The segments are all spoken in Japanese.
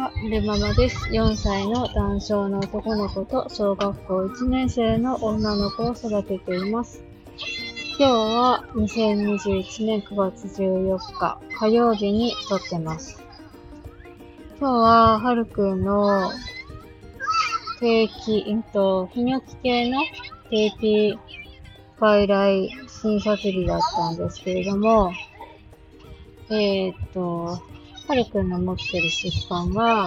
は、るままです。4歳の男性の男の子と小学校1年生の女の子を育てています。今日は2021年9月14日火曜日に撮ってます。今日ははるくんの泌尿器系の定期外来診察日だったんですけれども、はるくんの持ってる疾患は、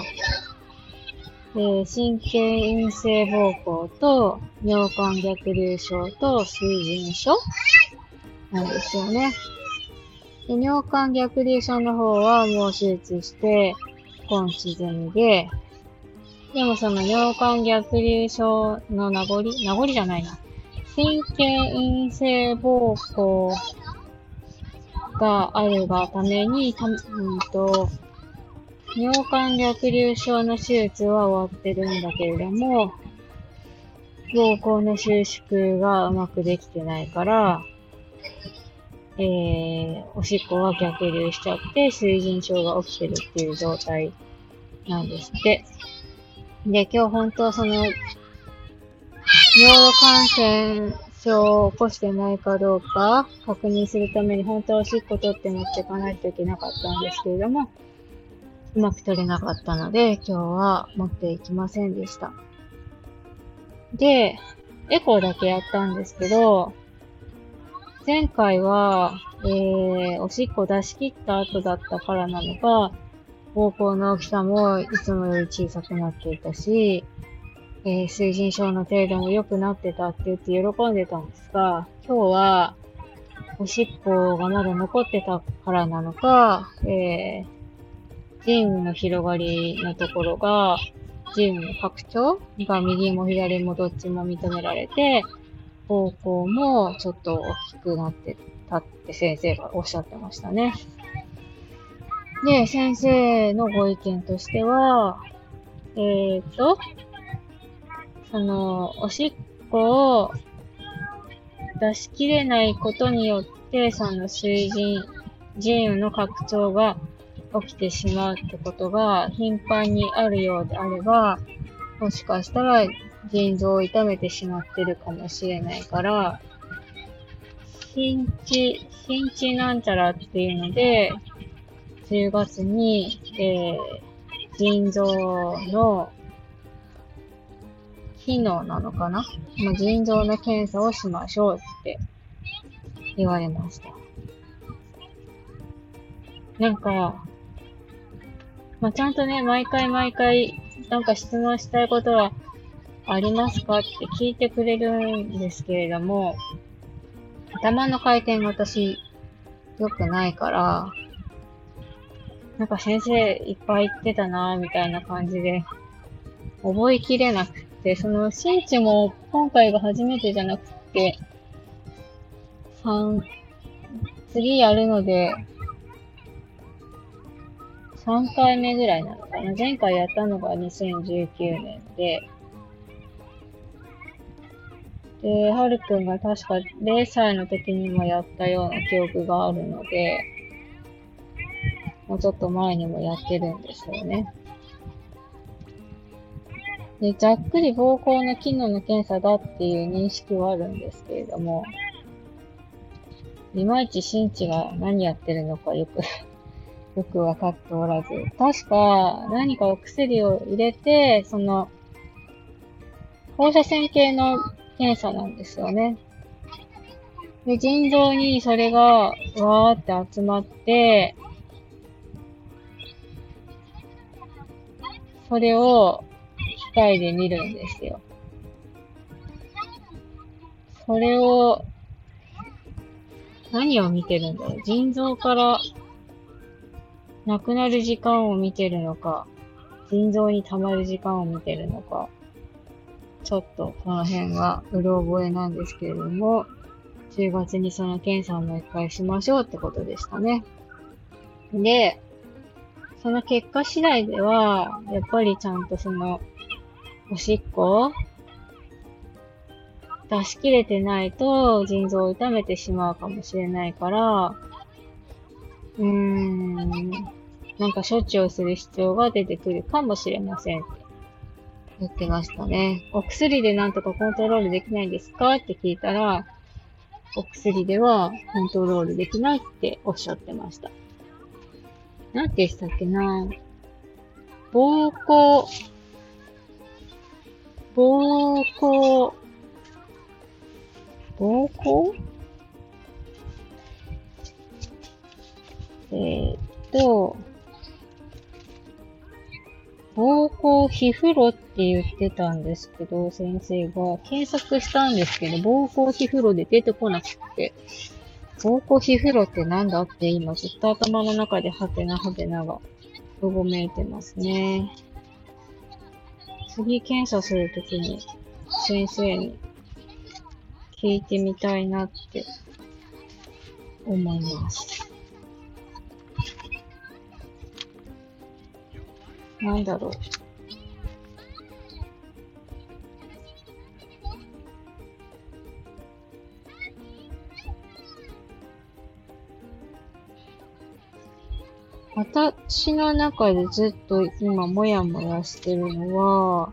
神経陰性膀胱と尿管逆流症と水腎症なんですよね。で、尿管逆流症の方はもう手術して根治済みで、でもその尿管逆流症の名残じゃないな。神経陰性膀胱があるがために、尿管逆流症の手術は終わってるんだけれども、膀胱の収縮がうまくできてないから、おしっこが逆流しちゃって、水腎症が起きてるっていう状態なんですって。で、今日本当その、尿路感染症を起こしてないかどうか確認するために本当はおしっこ取って持っていかないといけなかったんですけれども、うまく取れなかったので、今日は持っていきませんでした。で、エコーだけやったんですけど、前回は、おしっこ出し切った後だったからなのか、膀胱の大きさもいつもより小さくなっていたし、水腎症の程度も良くなってたって言って喜んでたんですが、今日は、おしっこがまだ残ってたからなのか、腎の広がりのところが、腎の拡張が右も左もどっちも認められて、膀胱もちょっと大きくなってたって先生がおっしゃってましたね。で、先生のご意見としては、おしっこを出し切れないことによって、腎の拡張が起きてしまうってことが頻繁にあるようであれば、もしかしたら腎臓を痛めてしまってるかもしれないから、新地なんちゃらっていうので、10月に、腎臓の機能なのかな、腎臓の検査をしましょうって言われました。なんか、ちゃんとね、毎回、なんか質問したいことはありますかって聞いてくれるんですけれども、頭の回転が私、良くないから、なんか先生いっぱい言ってたなぁ、みたいな感じで、覚えきれなくて、その、新地も今回が初めてじゃなくて、次やるので、3回目ぐらいなのかな。前回やったのが2019年で、で、はるくんが確か0歳の時にもやったような記憶があるので、もうちょっと前にもやってるんですよね。で、ざっくり膀胱の機能の検査だっていう認識はあるんですけれども、いまいち新地が何やってるのかよくわかっておらず、確か何かお薬を入れて、その、放射線系の検査なんですよね。で、腎臓にそれがわーって集まって、それを機械で見るんですよ。それを、何を見てるんだろう。腎臓からなくなる時間を見てるのか、腎臓に溜まる時間を見てるのか、ちょっとこの辺はうろ覚えなんですけれども、10月にその検査をもう一回しましょうってことでしたね。で、その結果次第では、やっぱりちゃんとその、おしっこを出し切れてないと腎臓を痛めてしまうかもしれないから、 なんか処置をする必要が出てくるかもしれませんって言ってましたね。お薬でなんとかコントロールできないんですかって聞いたら、お薬ではコントロールできないっておっしゃってました。なんて言ってたっけな、膀胱、膀胱、膀胱えーっと、膀胱皮膚炉って言ってたんですけど、先生が検索したんですけど、膀胱皮膚炉で出てこなくて、膀胱皮膚炉ってなんだって今ずっと頭の中でハテナハテナがうごめいてますね。次検査するときに先生に聞いてみたいなって思います。なんだろう。私の中でずっと今もやもやしてるのは、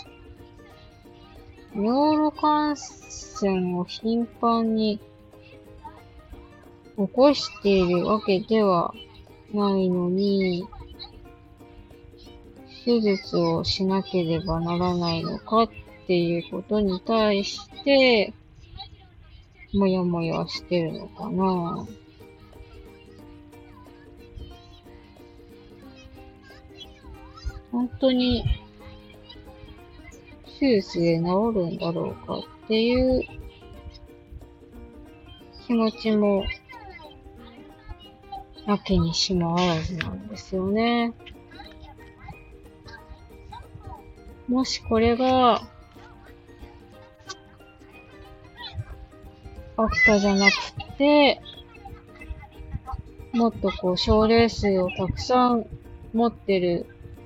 尿路感染を頻繁に起こしているわけではないのに、手術をしなければならないのかっていうことに対して、もやもやしてるのかな。本当に手術で治るんだろうかっていう気持ちもなきにしもあらずなんですよね。もしこれが秋田じゃなくて、もっとこう症例数をたくさん持ってる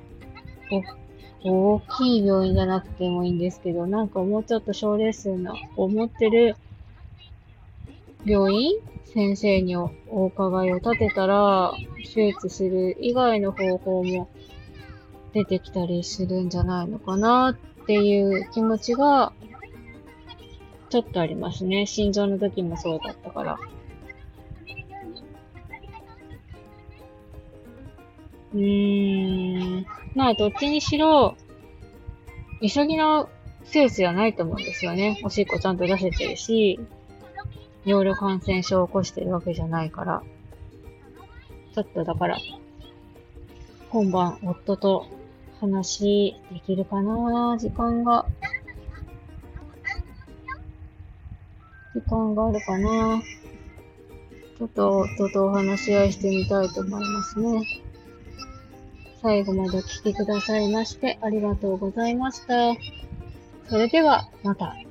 大きい病院じゃなくてもいいんですけど、なんかもうちょっと症例数を持ってる病院先生にお伺いを立てたら、手術する以外の方法も出てきたりするんじゃないのかなっていう気持ちがちょっとありますね。心臓の時もそうだったから。まあどっちにしろ、急ぎの手術じゃないと思うんですよね。おしっこちゃんと出せてるし、尿路感染症を起こしてるわけじゃないから。ちょっとだから、今晩夫と話できるかな、時間があるかな。ちょっと夫とお話し合いしてみたいと思いますね。最後までお聞きくださいましてありがとうございました。それではまた。